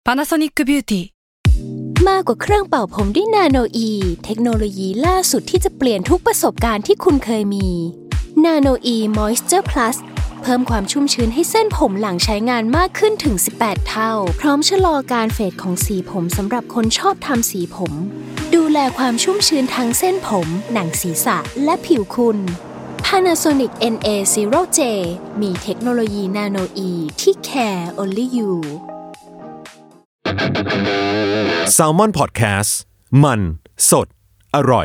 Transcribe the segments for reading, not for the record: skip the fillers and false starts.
Panasonic Beauty มากกว่าเครื่องเป่าผมด้วยนาโนอีเทคโนโลยีล่าสุดที่จะเปลี่ยนทุกประสบการณ์ที่คุณเคยมีนาโนอีมอยส์เจอร์พลัสเพิ่มความชุ่มชื้นให้เส้นผมหลังใช้งานมากขึ้นถึง18เท่าพร้อมชะลอการเฟดของสีผมสำหรับคนชอบทำสีผมดูแลความชุ่มชื้นทั้งเส้นผมหนังศีรษะและผิวคุณ Panasonic NA0J มีเทคโนโลยีนาโนอีที่ care only you Salmon Podcast มันสดอร่อย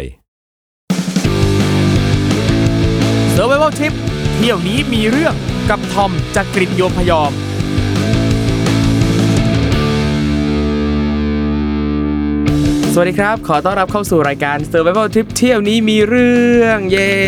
Survival Trip เที่ยวนี้มีเรื่องกับทอมจากกรีฑโยมพยอมสวัสดีครับขอต้อนรับเข้าสู่รายการ Survival Trip เที่ยวนี้มีเรื่องเย้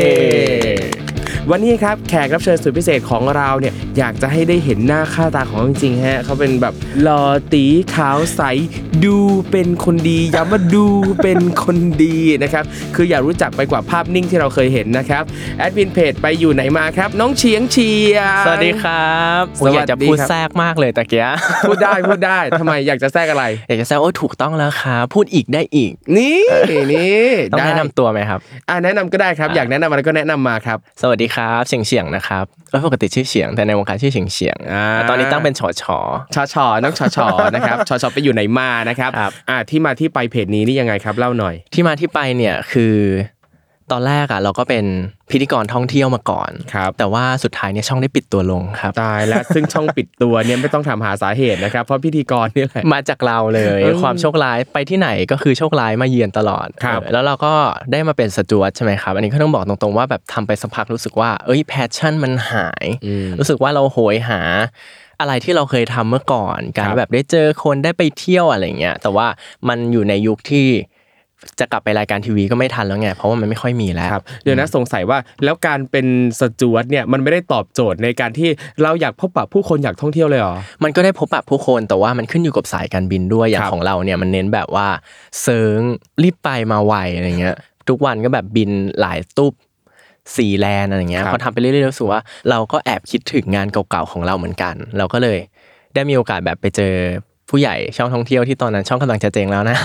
วันนี้ครับแขกรับเชิญสุดพิเศษของเราเนี่ยอยากจะให้ได้เห็นหน้าค่าตาของเขาจริงๆฮะเขาเป็นแบบหล่อตีขาวใสดูเป็นคนดีย้ำว่าดูเป็นคนดีนะครับคืออยากรู้จักไปกว่าภาพนิ่งที่เราเคยเห็นนะครับแอดมินเพจไปอยู่ไหนมาครับน้องเฉียงสวัสดีครับอยากจะพูดแทรกมากเลยตะเกียพูดได้ทำไมอยากจะแทรกอะไรอยากจะแทรกถูกต้องแล้วครับพูดอีกได้อีกนี่ต้องแนะนำตัวไหมครับแนะนำก็ได้ครับอยากแนะนำอะไรก็แนะนำมาครับสวัสดีครับเฉียงนะครับปกติชื่อเฉียงแต่ในวงการชื่อเฉียงตอนนี้ตั้งเป็นชชน้องชนะครับชไปอยู่ไหนมานะครับที่มาที่ไปเพจนี้นี่ยังไงครับเล่าหน่อยที่มาที่ไปเนี่ยคือตอนแรกเราก็เป็นพิธีกรท่องเที่ยวมาก่อนแต่ว่าสุดท้ายเนี่ยช่องได้ปิดตัวลงครับตายแล้วซึ่งช่องปิดตัวเนี่ยไม่ต้องถามหาสาเหตุนะครับเพราะพิธีกรนี่แหละมาจากเราเลยความโชคร้ายไปที่ไหนก็คือโชคร้ายมาเยือนตลอดแล้วเราก็ได้มาเป็นสจ๊วตใช่ไหมครับอันนี้ก็ต้องบอกตรงๆว่าแบบทำไปสักพักรู้สึกว่าแพชชั่นมันหายรู้สึกว่าเราโหยหาอะไรที่เราเคยทำเมื่อก่อนการแบบได้เจอคนได้ไปเที่ยวอะไรเงี้ยแต่ว่ามันอยู่ในยุคที่จะกลับไปรายการทีวีก็ไม่ทันแล้วไงเพราะว่ามันไม่ค่อยมีแล้วเดี๋ยวนะสงสัยว่าแล้วการเป็นสจ๊วตเนี่ยมันไม่ได้ตอบโจทย์ในการที่เราอยากพบปะผู้คนอยากท่องเที่ยวเลยหรอมันก็ได้พบปะผู้คนแต่ว่ามันขึ้นอยู่กับสายการบินด้วยอย่างของเราเนี่ยมันเน้นแบบว่าเซิงรีบไปมาไวอะไรเงี้ยทุกวันก็แบบบินหลายตุ๊บ4แลนด์อะไรเงี้ยพอทำไปเรื่อยๆรู้สึกว่าเราก็แอบคิดถึงงานเก่าๆของเราเหมือนกันเราก็เลยได้มีโอกาสแบบไปเจอผู้ใหญ่ช่องท่องเที่ยวที่ตอนนั้นช่องกำลังจะเจ๊งแล้วนะ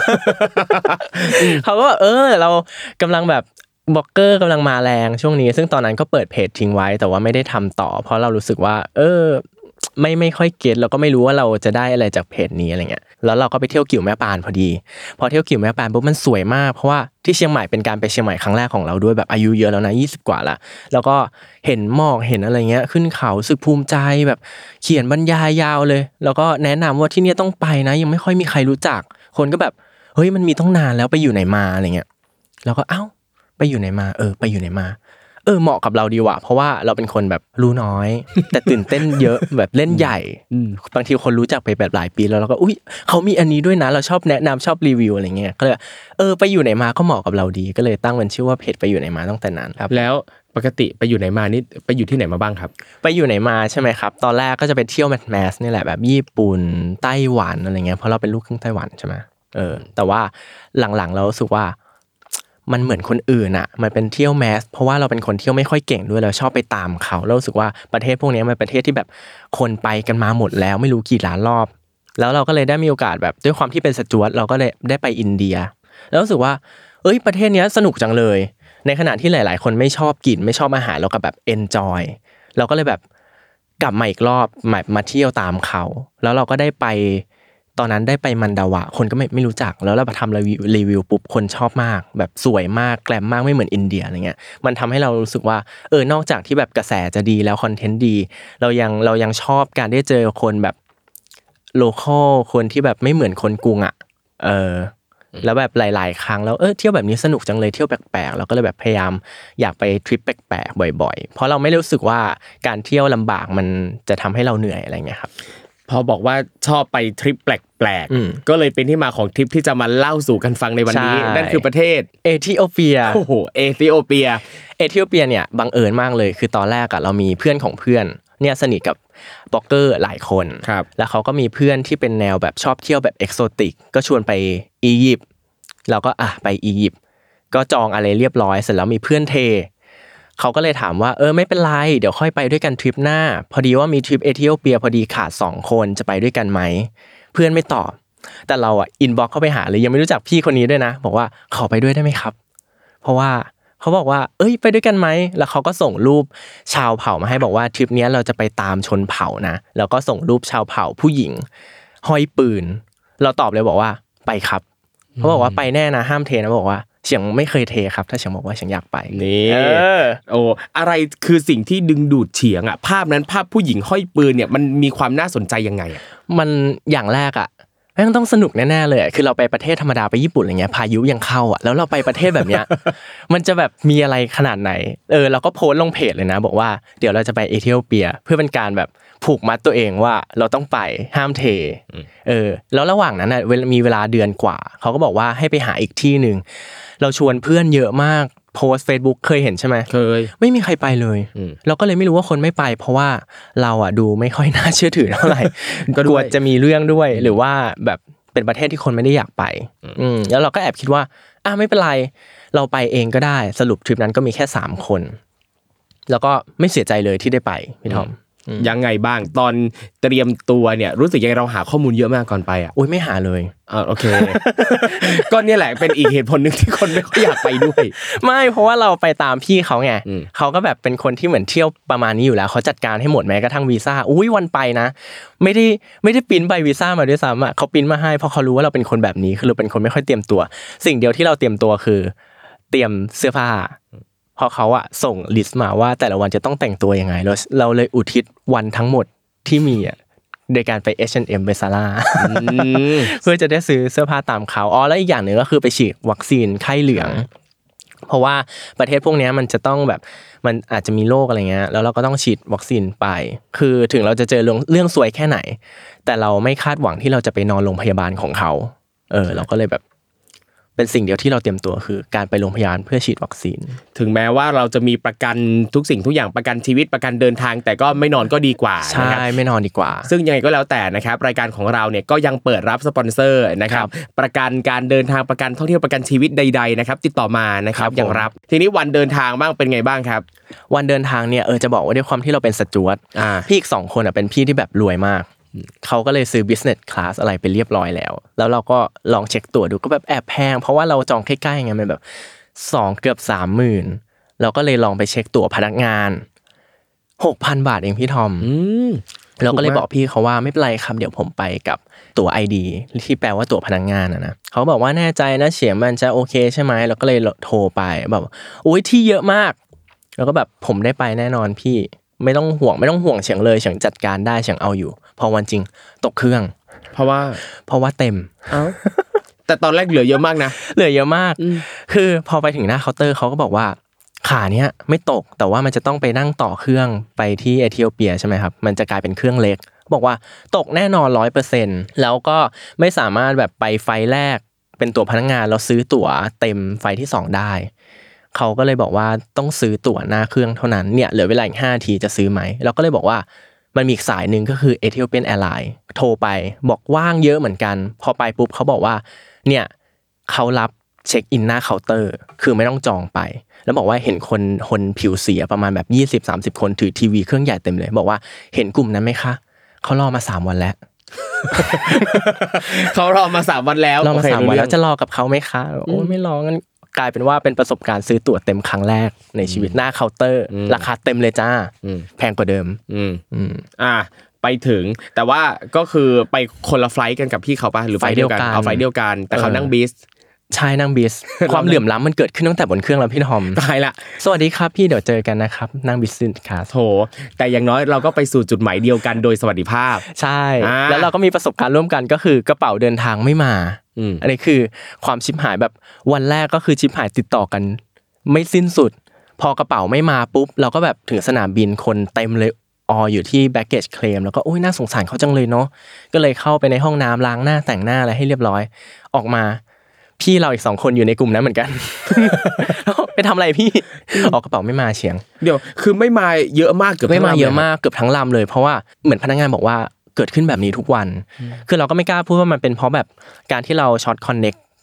เขาก็เรากำลังแบบบล็อกเกอร์กำลังมาแรงช่วงนี้ซึ่งตอนนั้นก็เปิดเพจทิ้งไว้แต่ว่าไม่ได้ทำต่อเพราะเรารู้สึกว่าไม่ค่อยเก็ทแล้วก็ไม่รู้ว่าเราจะได้อะไรจากเพจนี้อะไรเงี้ยแล้วเราก็ไปเที่ยวกิ่วแม่ปานพอดีพอเที่ยวกิ่วแม่ปานปุ๊บมันสวยมากเพราะว่าที่เชียงใหม่เป็นการไปเชียงใหม่ครั้งแรกของเราด้วยแบบอายุเยอะแล้วนะ20กว่าละแล้วก็เห็นหมอกเห็นอะไรเงี้ยขึ้นเขาสึกภูมิใจแบบเขียนบรรยายยาวเลยแล้วก็แนะนำว่าที่นี่ต้องไปนะยังไม่ค่อยมีใครรู้จักคนก็แบบเฮ้ยมันมีต้องนานแล้วไปอยู่ไหนมาอะไรเงี้ยแล้วก็ไปอยู่ไหนมาไปอยู่ไหนมาเหมาะกับเราดีว่ะเพราะว่าเราเป็นคนแบบรู้น้อยแต่ตื่นเต้นเยอะแบบเล่นใหญ่บางทีคนรู้จักไปแบบหลายปีแล้วเราก็อุ๊ยเขามีอันนี้ด้วยนะเราชอบแนะนำชอบรีวิวอะไรเงี้ยก็เลยไปอยู่ไหนมาก็เหมาะกับเราดีก็เลยตั้งเป็นชื่อว่าเพจไปอยู่ไหนมาตั้งแต่นั้นครับแล้วปกติไปอยู่ไหนมานี่ไปอยู่ที่ไหนมาบ้างครับไปอยู่ไหนมาใช่ไหมครับตอนแรกก็จะไปเที่ยวแมสนี่แหละแบบญี่ปุ่นไต้หวันอะไรเงี้ยเพราะเราเป็นลูกครึ่งไต้หวันใช่ไหมแต่ว่าหลังๆเรารู้สึกว่ามันเหมือนคนอื่นอ่ะมันเป็นเที่ยวแมสเพราะว่าเราเป็นคนเที่ยวไม่ค่อยเก่งด้วยเราชอบไปตามเขาเรารู้สึกว่าประเทศพวกนี้มันเป็นประเทศที่แบบคนไปกันมาหมดแล้วไม่รู้กี่ล้านรอบแล้วเราก็เลยได้มีโอกาสแบบด้วยความที่เป็นสจ๊วตเราก็เลยได้ไปอินเดียแล้วรู้สึกว่าประเทศนี้สนุกจังเลยในขณะที่หลายๆคนไม่ชอบกินไม่ชอบอาหารเราก็แบบเอนจอยเราก็เลยแบบกลับมาอีกรอบมาเที่ยวตามเขาแล้วเราก็ได้ไปตอนนั้นได้ไปมันดาวะคนก็ไม่รู้จักแล้วเราไปทำรีวิวปุ๊บคนชอบมากแบบสวยมากแกลมมากไม่เหมือนอินเดียอะไรเงี้ยมันทำให้เรารู้สึกว่านอกจากที่แบบกระแสจะดีแล้วคอนเทนต์ดีเรายังชอบการได้เจอคนแบบโลคอลคนที่แบบไม่เหมือนคนกรุงอ่ะแล้วแบบหลายๆครั้งแล้วเที่ยวแบบนี้สนุกจังเลยเที่ยวแปลกๆเราก็เลยแบบพยายามอยากไปทริปแปลกๆบ่อยๆเพราะเราไม่รู้สึกว่าการเที่ยวลำบากมันจะทำให้เราเหนื่อยอะไรเงี้ยครับพอบอกว่าชอบไปทริปแปลกๆก็เลยเป็นที่มาของทริปที่จะมาเล่าสู่กันฟังในวันนี้นั่นคือประเทศเอธิโอเปียโอ้โหเอธิโอเปียเนี่ยบังเอิญมากเลยคือตอนแรกเรามีเพื่อนของเพื่อนเนี่ยสนิทกับบล็อกเกอร์หลายคนแล้วเขาก็มีเพื่อนที่เป็นแนวแบบชอบเที่ยวแบบเอกโซติกก็ชวนไปอียิปต์เราก็ไปอียิปต์ก็จองอะไรเรียบร้อยเสร็จแล้วมีเพื่อนเทเขาก็เลยถามว่าไม่เป็นไรเดี๋ยวค่อยไปด้วยกันทริปหน้าพอดีว่ามีทริปเอธิโอเปียพอดีขาด2คนจะไปด้วยกันไหมเพื่อนไม่ตอบแต่เราอ่ะอินบ็อกซ์เข้าไปหาเลยยังไม่รู้จักพี่คนนี้ด้วยนะบอกว่าขอไปด้วยได้ไหมครับเพราะว่าเขาบอกว่าไปด้วยกันไหมแล้วเขาก็ส่งรูปชาวเผ่ามาให้บอกว่าทริปนี้เราจะไปตามชนเผ่านะแล้วก็ส่งรูปชาวเผ่าผู้หญิงห้อยปืนเราตอบเลยบอกว่าไปครับเขาบอกว่าไปแน่นะห้ามเทนะบอกว่าเฉียงไม่เคยเทครับถ้าเฉียงบอกว่าเฉียงอยากไปนี่โอ้อะไรคือสิ่งที่ดึงดูดเฉียงอ่ะภาพนั้นภาพผู้หญิงห้อยปืนเนี่ยมันมีความน่าสนใจยังไงอ่ะมันอย่างแรกอ่ะต้องสนุกแน่ๆเลยคือเราไปประเทศธรรมดาไปญี่ปุ่นอะไรเงี้ยพายุยังเข้าอ่ะแล้วเราไปประเทศแบบเนี้ยมันจะแบบมีอะไรขนาดไหนเราก็โพสต์ลงเพจเลยนะบอกว่าเดี๋ยวเราจะไปเอธิโอเปียเพื่อเป็นการแบบผูกมัดตัวเองว่าเราต้องไปห้ามเทแล้วระหว่างนั้นน่ะมีเวลาเดือนกว่าเขาก็บอกว่าให้ไปหาอีกที่นึงเราชวนเพื่อนเยอะมากโพสต์ Facebook เคยเห็นใช่มั้ยเคยไม่มีใครไปเลยเราก็เลยไม่รู้ว่าคนไม่ไปเพราะว่าเราอ่ะดูไม่ค่อยน่าเชื่อถือเท่าไหร่กลัวจะมีเรื่องด้วยหรือว่าแบบเป็นประเทศที่คนไม่ได้อยากไปแล้วเราก็แอบคิดว่าไม่เป็นไรเราไปเองก็ได้สรุปทริปนั้นก็มีแค่3คนแล้วก็ไม่เสียใจเลยที่ได้ไปพี่ทอมยังไงบ้างตอนเตรียมตัวเนี่ยรู้สึกยังไงเราหาข้อมูลเยอะมากก่อนไปอ่ะไม่หาเลยโอเค ก็เนี่ยแหละเป็นอีกเหตุผลนึงที่คนไม่ค่อยอยากไปด้วยไม่เพราะว่าเราไปตามพี่เขาไงเขาก็แบบเป็นคนที่เหมือนเที่ยวประมาณนี้อยู่แล้วเขาจัดการให้หมดแม้กระทั่งวีซ่าวันไปนะไม่ได้ปริ้นใบวีซ่ามาด้วยซ้ำอ่ะเขาปริ้นมาให้เพราะเขารู้ว่าเราเป็นคนแบบนี้คือเราเป็นคนไม่ค่อยเตรียมตัวสิ่งเดียวที่เราเตรียมตัวคือเตรียมเสื้อผ้าพอเขาอะส่งลิสต์มาว่าแต่ละวันจะต้องแต่งตัวยังไงเราเลยอุทิศวันทั้งหมดที่มีอะโดยการไป H&M ไป Zara เพื่อจะได้ซื้อเสื้อผ้าตามเขาแล้วอีกอย่างนึงก็คือไปฉีดวัคซีนไข้เหลืองเพราะว่าประเทศพวกนี้มันจะต้องแบบมันอาจจะมีโรคอะไรเงี้ยแล้วเราก็ต้องฉีดวัคซีนไปคือถึงเราจะเจอเรื่องซวยแค่ไหนแต่เราไม่คาดหวังที่เราจะไปนอนโรงพยาบาลของเขาเราก็เลยแบบเป็นสิ่งเดียวที่เราเตรียมตัวคือการไปโรงพยาบาลเพื่อฉีดวัคซีนถึงแม้ว่าเราจะมีประกันทุกสิ่งทุกอย่างประกันชีวิตประกันเดินทางแต่ก็ไม่นอนก็ดีกว่าใช่ไม่นอนดีกว่าซึ่งยังไงก็แล้วแต่นะครับรายการของเราเนี่ยก็ยังเปิดรับสปอนเซอร์นะครับประกันการเดินทางประกันท่องเที่ยวประกันชีวิตใดๆนะครับติดต่อมานะครับอย่างรับทีนี้วันเดินทางบ้างเป็นไงบ้างครับวันเดินทางเนี่ยจะบอกว่าด้วยความที่เราเป็นสจ๊วตพี่อีก2คนเป็นพี่ที่แบบรวยมากเขาก็เลยซื้อ business class อะไรไปเรียบร้อยแล้วเราก็ลองเช็คตั๋วดูก็แบบแอบแพงเพราะว่าเราจองใกล้ๆไงมันแบบ2เกือบ 30,000เราก็เลยลองไปเช็คตั๋วพนักงาน 6,000 บาทเองพี่ทอมเราก็เลยบอกพี่เขาว่าไม่เป็นไรครับเดี๋ยวผมไปกับตั๋ว ID ที่แปลว่าตั๋วพนักงานนะเขาบอกว่าแน่ใจนะเฉียงมันจะโอเคใช่ไหมเราก็เลยโทรไปแบบโอ้ยที่เยอะมากแล้วก็แบบผมได้ไปแน่นอนพี่ไม่ต้องห่วงเฉียงเลยเฉียงจัดการได้เฉียงเอาอยู่พอวันจริงตกเครื่องเพราะว่าเต็มแต่ตอนแรกเหลือเยอะมากนะเหลือเยอะมากคือพอไปถึงหน้าเคาน์เตอร์เขาก็บอกว่าขาเนี้ยไม่ตกแต่ว่ามันจะต้องไปนั่งต่อเครื่องไปที่เอธิโอเปียใช่ไหมครับมันจะกลายเป็นเครื่องเล็กบอกว่าตกแน่นอน 100% แล้วก็ไม่สามารถแบบไปไฟแรกเป็นตั๋วพนักงานแล้วซื้อตั๋วเต็มไฟที่2ได้เขาก็เลยบอกว่าต้องซื้อตั๋วหน้าเครื่องเท่านั้นเนี่ยเหลือเวลาอีก5 นาทีจะซื้อไหมเราก็เลยบอกว่ามันมีอีกสายนึงก็คือ Ethiopian Airlines โทรไปบอกว่างเยอะเหมือนกันพอไปปุ๊บเขาบอกว่าเนี่ยเขารับเช็คอินหน้าเคาน์เตอร์คือไม่ต้องจองไปแล้วบอกว่าเห็นคนผิวสีประมาณแบบ 20-30 คนถือทีวีเครื่องใหญ่เต็มเลยบอกว่าเห็นกลุ่มนั้นไหมคะเขารอมา3 วันแล้วเขารอมา3 วันแล้วรอมา3 วันแล้วจะรอกับเขาไหมคะโอ้ไม่รองั้นกลายเป็นว่าเป็นประสบการณ์ซื้อตั๋วเต็มครั้งแรกในชีวิตหน้าเคาน์เตอร์ราคาเต็มเลยจ้าแพงกว่าเดิมไปถึงแต่ว่าก็คือไปคนละไฟล์กันกับพี่เขาป่ะหรือไฟล์เดียวกันเอาไฟล์เดียวกันแต่เขานั่งบิสใช่นั่งบิสความเหลื่อมล้ำมันเกิดขึ้นตั้งแต่บนเครื่องแล้วพี่ทอมตายละสวัสดีครับพี่เดี๋ยวเจอกันนะครับนั่งบิสค่ะโถแต่อย่างน้อยเราก็ไปสู่จุดหมายเดียวกันโดยสวัสดิภาพใช่แล้วเราก็มีประสบการณ์ร่วมกันก็คือกระเป๋าเดินทางไม่มาอันนี้คือความชิบหายแบบวันแรกก็คือชิบหายติดต่อกันไม่สิ้นสุดพอกระเป๋าไม่มาปุ๊บเราก็แบบถึงสนามบินคนเต็มเลยอยู่ที่ baggage claim แล้วก็โอ๊ยน่าสงสารเขาจังเลยเนาะก็เลยเข้าไปในห้องน้ำล้างหน้าแต่งหน้าอะไรให้เรียบร้อยออกมาพี่เราอีก2 คนอยู่ในกลุ่มนั้นเหมือนกัน ไปทำอะไรพี่ออกกระเป๋าไม่มาเฉียงเดี๋ยวคือไม่มาเยอะมากเกือบไม่มาเยอะมากเกือบทั้งลำเลยเพราะว่าเหมือนพนักงานบอกว่าเกิดขึ้นแบบนี้ทุกวันคือเราก็ไม่กล้าพูดว่ามันเป็นเพราะแบบการที่เราช็อตคอนเนค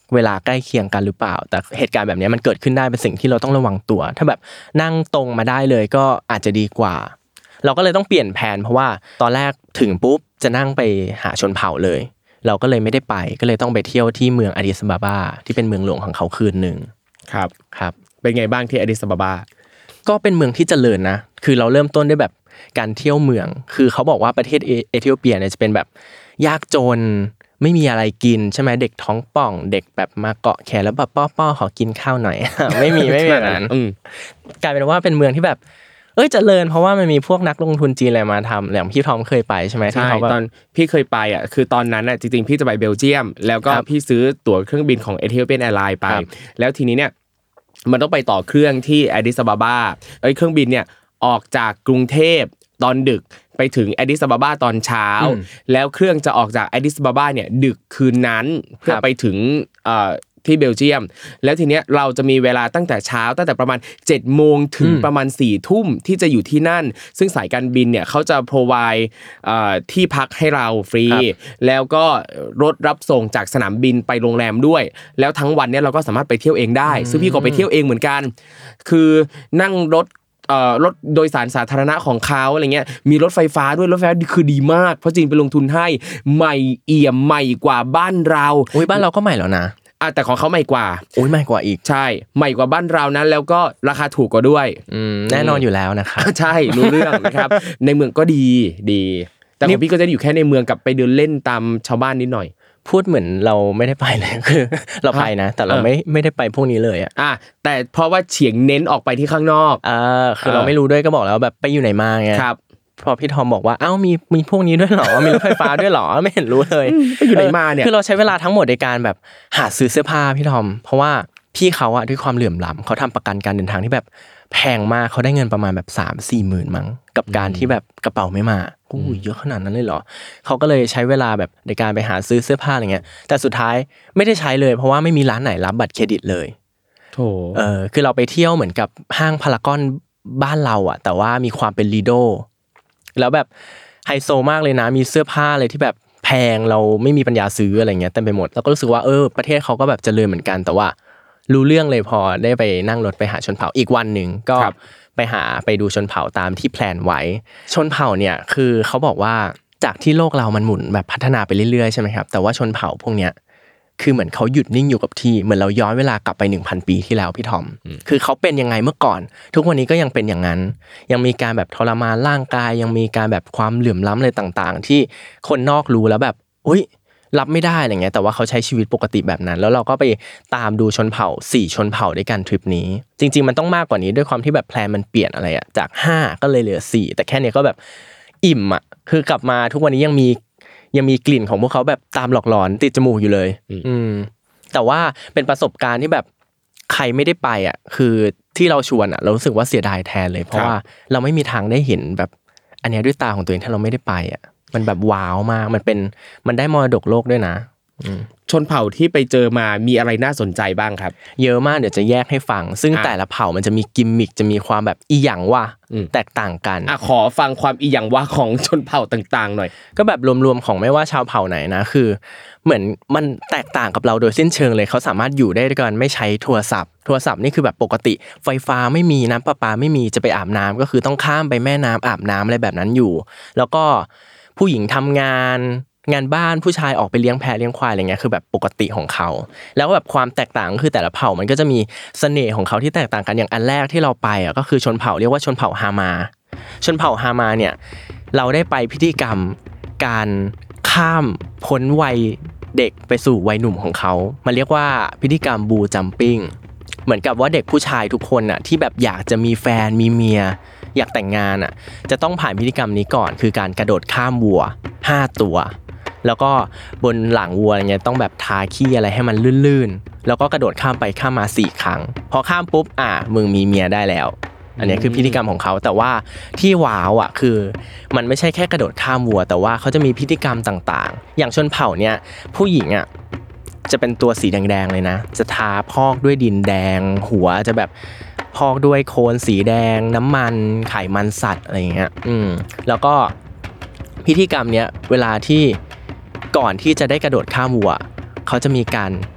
เวลาใกล้เคียงกันหรือเปล่าแต่เหตุการณ์แบบนี้มันเกิดขึ้นได้เป็นสิ่งที่เราต้องระวังตัวถ้าแบบนั่งตรงมาได้เลยก็อาจจะดีกว่าเราก็เลยต้องเปลี่ยนแผนเพราะว่าตอนแรกถึงปุ๊บจะนั่งไปหาชนเผ่าเลยเราก็เลยไม่ได้ไปก็เลยต้องไปเที่ยวที่เมืองอาดิสอาบาบาที่เป็นเมืองหลวงของเขาคืนนึงครับครับเป็นไงบ้างที่อาดิสอาบาบาก็เป็นเมืองที่เจริญนะคือเราเริ่มต้นด้วยแบบการเที่ยวเมืองคือเขาบอกว่าประเทศเอธิโอเปียเนี่ยจะเป็นแบบยากจนไม่มีอะไรกินใช่ไหมเด็กท้องป่องเด็กแบบมาเกาะแขนแล้วแบบป้อขอกินข้าวหน่อย ไม่มีแบบนั้นกลายเป็นว่าเป็นเมืองที่แบบเจริญเพราะว่ามันมีพวกนักลงทุนจีนอะไรมาทำอย่างพี่ทอมเคยไปใช่ไหมที่เขาตอนพี่เคยไปอ่ะคือตอนนั้นอ่ะจริงๆพี่จะไปเบลเยียมแล้วก็พี่ซื้อตั๋วเครื่องบินของ Ethiopian Airlines ไปแล้วทีนี้เนี่ยมันต้องไปต่อเครื่องที่อาดิสอาบาบาเครื่องบินเนี่ยออกจากกรุงเทพตอนดึกไปถึงอาดิสอาบาบาตอนเช้าแล้วเครื่องจะออกจากอาดิสอาบาบาเนี่ยดึกคืนนั้นเพื่อไปถึงที่เบลเยียมแล้วทีเนี้ยเราจะมีเวลาตั้งแต่เช้าตั้งแต่ประมาณ 7:00 นถึงประมาณ 4:00 นที่จะอยู่ที่นั่นซึ่งสายการบินเนี่ยเขาจะ provide ที่พักให้เราฟรีแล้วก็รถรับส่งจากสนามบินไปโรงแรมด้วยแล้วทั้งวันเนี่ยเราก็สามารถไปเที่ยวเองได้ซึ่งพี่ก็ไปเที่ยวเองเหมือนกันคือนั่งรถโดยสารสาธารณะของเขาอะไรเงี้ยมีรถไฟฟ้าด้วยรถไฟฟ้าคือดีมากเพราะจีนไปลงทุนให้ใหม่เอี่ยมใหม่กว่าบ้านเราบ้านเราก็ใหม่แล้วนะแต่ของเขาใหม่กว่าใหม่กว่าอีกใช่ใหม่กว่าบ้านเรานั้นแล้วก็ราคาถูกกว่าด้วยแน่นอนอยู่แล้วนะครับใช่รู้เรื่องนะครับในเมืองก็ดีแต่ของพี่ก็จะอยู่แค่ในเมืองกับไปเดินเล่นตามชาวบ้านนิดหน่อยพูดเหมือนเราไม่ได้ไปเลยคือเราไปนะแต่เราไม่ได้ไปพวกนี้เลยแต่เพราะว่าเฉียงเน้นออกไปที่ข้างนอกคือเราไม่รู้ด้วยก็บอกแล้วแบบไปอยู่ไหนมาไงครับพอพี่ทอมบอกว่ามีพวกนี้ด้วยเหรอมีรถไฟฟ้าด้วยเหรอไม่เห็นรู้เลยไปอยู่ไหนมาเนี่ยคือเราใช้เวลาทั้งหมดในการแบบหาซื้อเสื้อผ้าพี่ทอมเพราะว่าพี่เขาด้วยความเหลื่อมล้ำเขาทำประกันการเดินทางที่แบบแพงมากเขาได้เงินประมาณแบบ 3-4 หมื่นมั้งกับการที่แบบกระเป๋าไม่มาเยอะขนาดนั้นเลยเหรอเขาก็เลยใช้เวลาแบบในการไปหาซื้อเสื้อผ้าอะไรเงี้ยแต่สุดท้ายไม่ได้ใช้เลยเพราะว่าไม่มีร้านไหนรับบัตรเครดิตเลยโธ่คือเราไปเที่ยวเหมือนกับห้างพารากอนบ้านเราแต่ว่ามีความเป็นลีโดแล้วแบบไฮโซมากเลยนะมีเสื้อผ้าอะไรที่แบบแพงเราไม่มีปัญญาซื้ออะไรเงี้ยเต็มไปหมดแล้วก็รู้สึกว่าประเทศเขาก็แบบเจริญเหมือนกันแต่ว่ารู้เรื่องเลยพอได้ไปนั่งรถไปหาชนเผ่าอีกวันนึงก็ไปดูชนเผ่าตามที่แพลนไว้ชนเผ่าเนี่ยคือเขาบอกว่าจากที่โลกเรามันหมุนแบบพัฒนาไปเรื่อยๆใช่มั้ยครับแต่ว่าชนเผ่าพวกเนี้ยคือเหมือนเขาหยุดนิ่งอยู่กับที่เหมือนเราย้อนเวลากลับไป 1,000 ปีที่แล้วพี่ทอมคือเขาเป็นยังไงเมื่อก่อนทุกวันนี้ก็ยังเป็นอย่างนั้นยังมีการแบบทรมานร่างกายยังมีการแบบความเหลื่อมล้ำอะไรต่างๆที่คนนอกรู้แล้วแบบรับไม่ได้อะไรเงี้ยแต่ว่าเขาใช้ชีวิตปกติแบบนั้นแล้วเราก็ไปตามดูชนเผ่า4ชนเผ่าด้วยกันทริปนี้จริงๆมันต้องมากกว่านี้ด้วยความที่แบบแพลนมันเปลี่ยนอะไรจาก5ก็เลยเหลือ4แต่แค่นี้ก็แบบอิ่มคือกลับมาทุกวันนี้ยังมีกลิ่นของพวกเขาแบบตามหลอกหลอนติดจมูกอยู่เลยแต่ว่าเป็นประสบการณ์ที่แบบใครไม่ได้ไปคือที่เราชวนเรารู้สึกว่าเสียดายแทนเลยเพราะว่าเราไม่มีทางได้เห็นแบบอันนี้ด้วยตาของตัวเองถ้าเราไม่ได้ไปมันแบบว้าวมากมันได้มรดกโลกด้วยนะชนเผ่าที่ไปเจอมามีอะไรน่าสนใจบ้างครับเยอะมากเดี๋ยวจะแยกให้ฟังซึ่งแต่ละเผ่ามันจะมีกิมมิคจะมีความแบบอีหยังว่าแตกต่างกันขอฟังความอีหยังว่าของชนเผ่าต่างๆหน่อยก็แบบรวมๆของไม่ว่าชาวเผ่าไหนนะคือเหมือนมันแตกต่างกับเราโดยสิ้นเชิงเลยเขาสามารถอยู่ได้ด้วยกันไม่ใช้โทรศัพท์นี่คือแบบปกติไฟฟ้าไม่มีน้ำประปาไม่มีจะไปอาบน้ำก็คือต้องข้ามไปแม่น้ำอาบน้ำอะไรแบบนั้นอยู่แล้วก็ผู้หญิงทำงานบ้านผู้ชายออกไปเลี้ยงแพะเลี้ยงควายอะไรเงี้ยคือแบบปกติของเขาแล้วแบบความแตกต่างคือแต่ละเผ่ามันก็จะมีเสน่ห์ของเขาที่แตกต่างกันอย่างอันแรกที่เราไปก็คือชนเผ่าเรียกว่าชนเผ่าฮามาเนี่ยเราได้ไปพิธีกรรมการข้ามพ้นวัยเด็กไปสู่วัยหนุ่มของเขามันเรียกว่าพิธีกรรมบูจัมปิ้งเหมือนกับว่าเด็กผู้ชายทุกคนที่แบบอยากจะมีแฟนมีเมียอยากแต่งงานจะต้องผ่านพิธีกรรมนี้ก่อนคือการกระโดดข้ามวัว5ตัวแล้วก็บนหลังวัวอะไรเงี้ยต้องแบบทาขี้อะไรให้มันลื่นๆแล้วก็กระโดดข้ามไปข้ามมา4ครั้งพอข้ามปุ๊บมึงมีเมียได้แล้วอันนี้คือพิธีกรรมของเขาแต่ว่าที่ว้าวคือมันไม่ใช่แค่กระโดดข้ามวัวแต่ว่าเขาจะมีพิธีกรรมต่างๆอย่างชนเผ่าเนี่ยผู้หญิงจะเป็นตัวสีแดงๆเลยนะจะทาพอกด้วยดินแดงหัวจะแบบพอกด้วยโคลนสีแดงน้ำมันไขมันสัตว์อะไรอย่างเงี้ยแล้วก็พิธีกรรมเนี้ยเวลาที่ก่อนที่จะได้กระโดดข้ามวัวเขาจะมีการ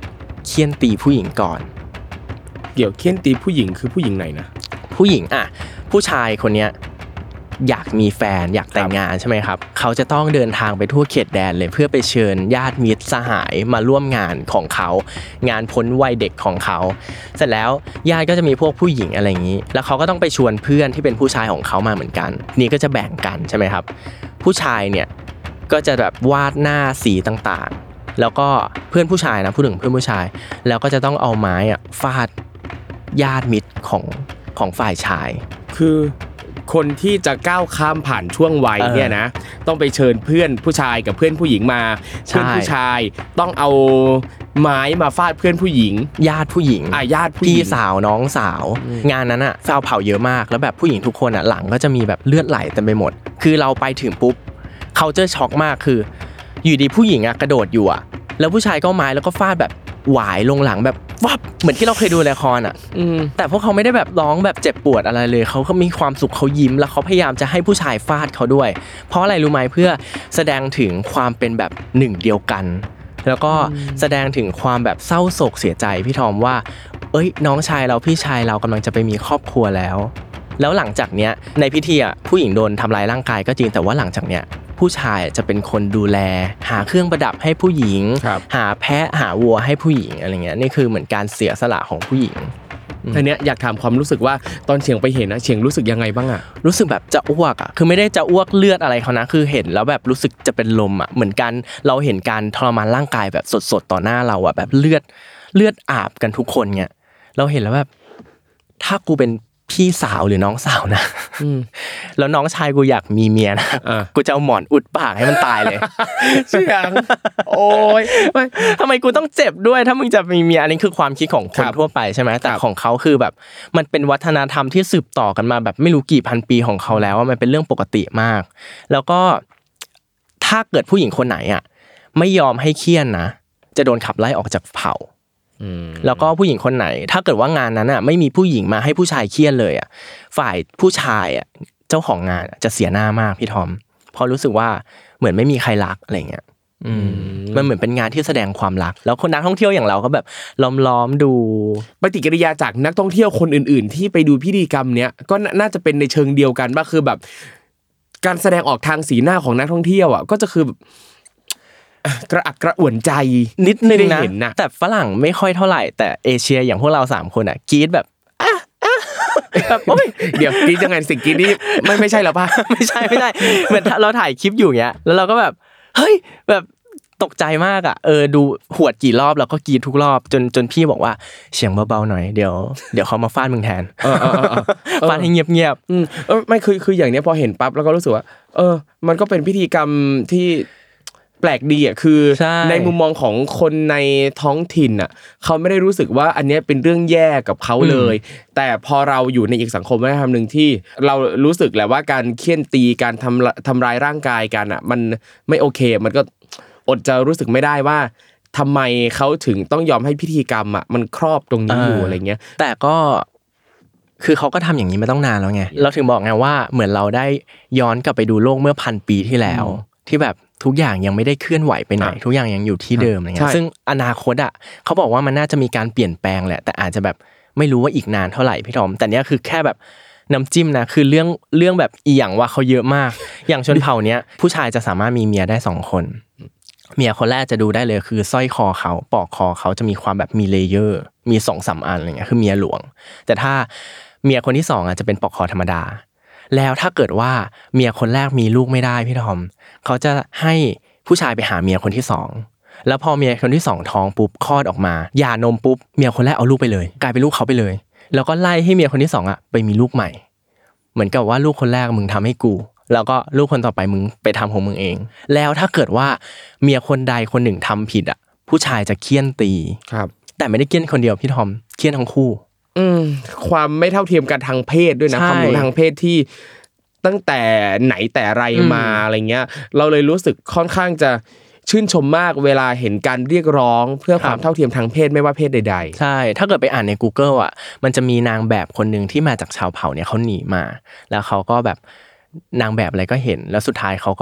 เฆี่ยนตีผู้หญิงก่อนเดี๋ยวเฆี่ยนตีผู้หญิงคือผู้หญิงไหนนะผู้หญิงผู้ชายคนเนี้ยอยากมีแฟนอยากแต่งงานใช่ไหมครับเขาจะต้องเดินทางไปทั่วเขตแดนเลยเพื่อไปเชิญญาติมิตรสหายมาร่วมงานของเขางานพ้นวัยเด็กของเขาเสร็จแล้วญาติก็จะมีพวกผู้หญิงอะไรอย่างนี้แล้วเขาก็ต้องไปชวนเพื่อนที่เป็นผู้ชายของเขามาเหมือนกันนี่ก็จะแบ่งกันใช่ไหมครับผู้ชายเนี่ยก็จะแบบวาดหน้าสีต่างๆแล้วก็เพื่อนผู้ชายนะพูดถึงเพื่อนผู้ชายแล้วก็จะต้องเอาไม้ฟาดญาติมิตรของฝ่ายชายคือคนที่จะก้าวข้ามผ่านช่วงวัยเนี่ยนะต้องไปเชิญเพื่อนผู้ชายกับเพื่อนผู้หญิงมาเพื่อนผู้ชายต้องเอาไม้มาฟาดเพื่อนผู้หญิงญาติผู้หญิงญาติผู้หญิงพี่สาวน้องสาวงานนั้นฟาวเผาเยอะมากแล้วแบบผู้หญิงทุกคนหลังก็จะมีแบบเลือดไหลเต็มไปหมดคือเราไปถึงปุ๊บเขาเจอช็อกมากคืออยู่ดีผู้หญิงกระโดดอยู่แล้วผู้ชายก็ไม้แล้วก็ฟาดแบบหวายลงหลังแบบวับเหมือนที่เราเคยดูละครแต่พวกเขาไม่ได้แบบร้องแบบเจ็บปวดอะไรเลยเขาก็มีความสุขเขายิ้มแล้วเขาพยายามจะให้ผู้ชายฟาดเขาด้วยเพราะอะไรรู้ไหมเพื่อแสดงถึงความเป็นแบบหนึ่งเดียวกันแล้วก็แสดงถึงความแบบเศร้าโศกเสียใจพี่ทอมว่าน้องชายเราพี่ชายเรากำลังจะไปมีครอบครัวแล้วหลังจากเนี้ยในพิธีผู้หญิงโดนทำลายร่างกายก็จริงแต่ว่าหลังจากเนี้ยผู้ชายจะเป็นคนดูแลหาเครื่องประดับให้ผู้หญิงหาแพะหาวัวให้ผู้หญิงอะไรเงี้ยนี่คือเหมือนการเสียสละของผู้หญิงทีเนี้ยอยากถามความรู้สึกว่าตอนเฉียงไปเห็นนะเฉียงรู้สึกยังไงบ้างรู้สึกแบบจะอ้วกคือไม่ได้จะอ้วกเลือดอะไรเขานะคือเห็นแล้วแบบรู้สึกจะเป็นลมเหมือนกันเราเห็นการทรมานร่างกายแบบสดๆต่อหน้าเราแบบเลือดอาบกันทุกคนเงี้ยเราเห็นแล้วแบบถ้ากูเป็นพี่สาวหรือน้องสาวนะแล้วน้องชายกูอยากมีเมียนะกูจะเอาหมอนอุดปากให้มันตายเลยเสียงโอ้ยทำไมกูต้องเจ็บด้วยถ้ามึงจะมีเมียอันนี้คือความคิดของคนทั่วไปใช่ไหมแต่ของเขาคือแบบมันเป็นวัฒนธรรมที่สืบต่อกันมาแบบไม่รู้กี่พันปีของเขาแล้วว่ามันเป็นเรื่องปกติมากแล้วก็ถ้าเกิดผู้หญิงคนไหนไม่ยอมให้เคี่ยนนะจะโดนขับไล่ออกจากเผ่าแล้วก็ผู้หญิงคนไหนถ้าเกิดว่างานนั้นไม่มีผู้หญิงมาให้ผู้ชายเคี่ยนเลยฝ่ายผู้ชายเจ้าของงานจะเสียหน้ามากพี่ทอมเพราะรู้สึกว่าเหมือนไม่มีใครรักอะไรเงี้ยมันเหมือนเป็นงานที่แสดงความรักแล้วคนนักท่องเที่ยวอย่างเราก็แบบล้อมดูปฏิกิริยาจากนักท่องเที่ยวคนอื่นๆที่ไปดูพิธีกรรมเนี้ยก็น่าจะเป็นในเชิงเดียวกันป่ะคือแบบการแสดงออกทางสีหน้าของนักท่องเที่ยวก็จะคือกระอักกระอ่วนใจนิดนึงนะแต่ฝรั่งไม่ค่อยเท่าไหร่แต่เอเชียอย่างพวกเรา3คนกรี๊ดแบบแบบโอ๊ยเดี๋ยวกรี๊ดยังไงสิ่งกรี๊ดนี่ไม่ใช่หรอป่ะไม่ใช่เหมือนเราถ่ายคลิปอยู่เงี้ยแล้วเราก็แบบเฮ้ยแบบตกใจมากดูหวดกี่รอบแล้วก็กรี๊ดทุกรอบจนพี่บอกว่าเสียงเบาๆหน่อยเดี๋ยวเขามาฟาดมึงแทนฟาดให้เงียบๆไม่คืออย่างเนี้ยพอเห็นปั๊บแล้วก็รู้สึกว่ามันก็เป็นพิธีกรรมที่แปลกดีคือในมุมมองของคนในท้องถิ่นเขาไม่ได้รู้สึกว่าอันนี้เป็นเรื่องแย่กับเขาเลยแต่พอเราอยู่ในอีกสังคมวัฒนธรรมนึงที่เรารู้สึกแหละว่าการเฆี่ยนตีการทำร้ายร่างกายกันมันไม่โอเคมันก็อดจะรู้สึกไม่ได้ว่าทำไมเขาถึงต้องยอมให้พิธีกรรมมันครอบตรงนี้อยู่อะไรเงี้ยแต่ก็คือเขาก็ทำอย่างนี้มาต้องนานแล้วไงเราถึงบอกไงว่าเหมือนเราได้ย้อนกลับไปดูโลกเมื่อ1,000 ปีที่แล้วที่แบบทุกอย่างยังไม่ได้เคลื่อนไหวไปไหนทุกอย่างยังอยู่ที่เดิมอะไรเงี้ยซึ่งอนาคตเขาบอกว่ามันน่าจะมีการเปลี่ยนแปลงแหละแต่อาจจะแบบไม่รู้ว่าอีกนานเท่าไหร่พี่ทอมแต่เนี้ยคือแค่แบบน้ำจิ้มนะคือเรื่องแบบอีหยังว่าเขาเยอะมากอย่างชนเผ่าเนี้ยผู้ชายจะสามารถมีเมียได้2คนเมียคนแรกจะดูได้เลยคือสร้อยคอเขาปอกคอเขาจะมีความแบบมีเลเยอร์มี 2-3 อันอะไรเงี้ยคือเมียหลวงแต่ถ้าเมียคนที่2จะเป็นปอกคอธรรมดาแล้วถ้าเกิดว่าเมียคนแรกมีลูกไม่ได้พี่ทอมเขาจะให้ผู้ชายไปหาเมียคนที่2แล้วพอเมียคนที่2ท้องปุ๊บคลอดออกมาหย่านมปุ๊บเมียคนแรกเอาลูกไปเลยกลายเป็นลูกเขาไปเลยแล้วก็ไล่ให้เมียคนที่2ไปมีลูกใหม่เหมือนกับว่าลูกคนแรกมึงทำให้กูแล้วก็ลูกคนต่อไปมึงไปทำของมึงเองแล้วถ้าเกิดว่าเมียคนใดคนหนึ่งทำผิดผู้ชายจะเฆี่ยนตีครับแต่ไม่ได้เฆี่ยนคนเดียวพี่ทอมเฆี่ยนทั้งคู่ความไม่เท่าเทียมกันทางเพศด้วยนะความทางเพศที่ตั้งแต่ไหนแต่ไรมาอะไรเงี้ยเราเลยรู้สึกค่อนข้างจะชื่นชมมากเวลาเห็นการเรียกร้องเพื่อความเท่าเทียมทางเพศไม่ว่าเพศใดๆใช่ถ้าเกิดไปอ่านใน Google มันจะมีนางแบบคนนึงที่มาจากชาวเผ่าเนี่ยเขาหนีมาแล้วเขาก็แบบนางแบบอะไรก็เห็นแล้วสุดท้ายเขาก็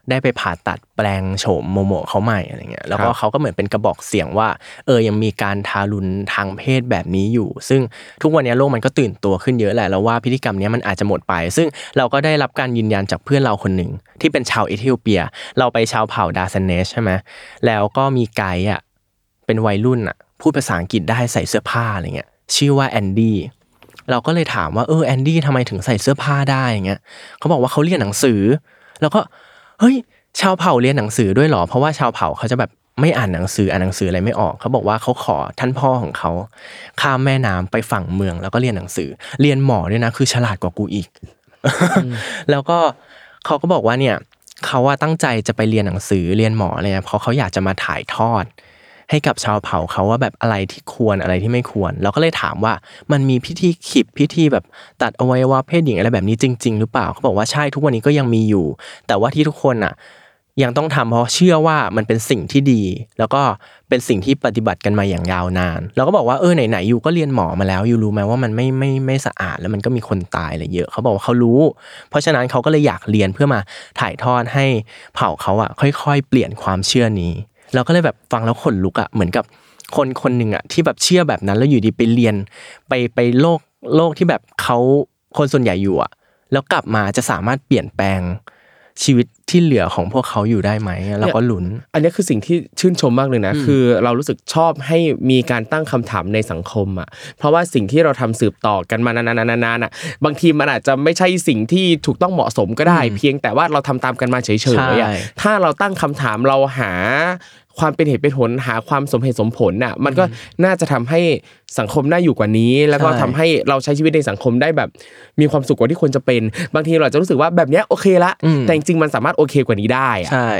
ได้ไปผ่าตัดแปลงโฉมโมโมะเขาใหม่อะไรเงี้ยแล้วก็เขาก็เหมือนเป็นกระบอกเสียงว่ายังมีการทารุณทางเพศแบบนี้อยู่ซึ่งทุกวันนี้โลกมันก็ตื่นตัวขึ้นเยอะแหละแล้วว่าพฤติกรรมนี้มันอาจจะหมดไปซึ่งเราก็ได้รับการยืนยันจากเพื่อนเราคนหนึ่งที่เป็นชาวเอธิโอเปียเราไปชาวเผ่าดาซานเนชใช่ไหมแล้วก็มีไกด์อ่ะเป็นวัยรุ่นอ่ะพูดภาษาอังกฤษได้ใส่เสื้อผ้าอะไรเงี้ยชื่อว่าแอนดี้เราก็เลยถามว่าแอนดี้ทำไมถึงใส่เสื้อผ้าได้อย่างเงี้ยเขาบอกว่าเขาเรียนหนังสือแล้วก็เฮ้ยชาวเผ่าเรียนหนังสือด้วยเหรอเพราะว่าชาวเผ่าเขาจะแบบไม่อ่านหนังสืออะไรไม่ออกเขาบอกว่าเขาขอท่านพ่อของเขาข้ามแม่น้ำไปฝั่งเมืองแล้วก็เรียนหนังสือเรียนหมอด้วยนะคือฉลาดกว่ากูอีก แล้วก็เขาก็บอกว่าเนี่ยเขาว่าตั้งใจจะไปเรียนหนังสือเรียนหมออะไรเพราะเขาอยากจะมาถ่ายทอดให้กับชาวเผ่าเขาว่าแบบอะไรที่ควรอะไรที่ไม่ควรเราก็เลยถามว่ามันมีพิธีขิบพิธีแบบตัดอวัยวะเพศหญิงอะไรแบบนี้จริงๆหรือเปล่าเขาบอกว่าใช่ทุกวันนี้ก็ยังมีอยู่แต่ว่าที่ทุกคนอ่ะยังต้องทำเพราะเชื่อว่ามันเป็นสิ่งที่ดีแล้วก็เป็นสิ่งที่ปฏิบัติกันมาอย่างยาวนานเราก็บอกว่าไหนๆอยู่ก็เรียนหมอมาแล้วอยู่รู้ไหมว่ามันไม่สะอาดแล้วมันก็มีคนตายอะไรเยอะเขาบอกว่าเขารู้เพราะฉะนั้นเขาก็เลยอยากเรียนเพื่อมาถ่ายทอดให้เผ่าเขาอ่ะค่อยๆเปลี่ยนความเชื่อนี้เราก็เลยแบบฟังแล้วขนลุกอ่ะเหมือนกับคนนึงอ่ะที่แบบเชื่อแบบนั้นแล้วอยู่ดีไปเรียนไปโลกที่แบบเขาคนส่วนใหญ่อยู่อ่ะแล้วกลับมาจะสามารถเปลี่ยนแปลงชีวิตที่เหลือของพวกเขาอยู่ได้ไหมแล้วก็ลุ้นอันนี้คือสิ่งที่ชื่นชมมากเลยนะคือเรารู้สึกชอบให้มีการตั้งคำถามในสังคมอ่ะเพราะว่าสิ่งที่เราทำสืบต่อกันมานานๆอ่ะบางทีมันอาจจะไม่ใช่สิ่งที่ถูกต้องเหมาะสมก็ได้เพียงแต่ว่าเราทำตามกันมาเฉยๆอ่ะถ้าเราตั้งคำถามเราหาความเป็นเหตุเป็นผลหาความสมเหตุสมผลน่ะมันก็น่าจะทำให้สังคมน่าอยู่กว่านี้แล้วก็ทำให้เราใช้ชีวิตในสังคมได้แบบมีความสุขกว่าที่ควรจะเป็นบางทีเราจะรู้สึกว่าแบบนี้โอเคละแต่จริงๆมันสามารถโอเคกว่านี้ได้ใช่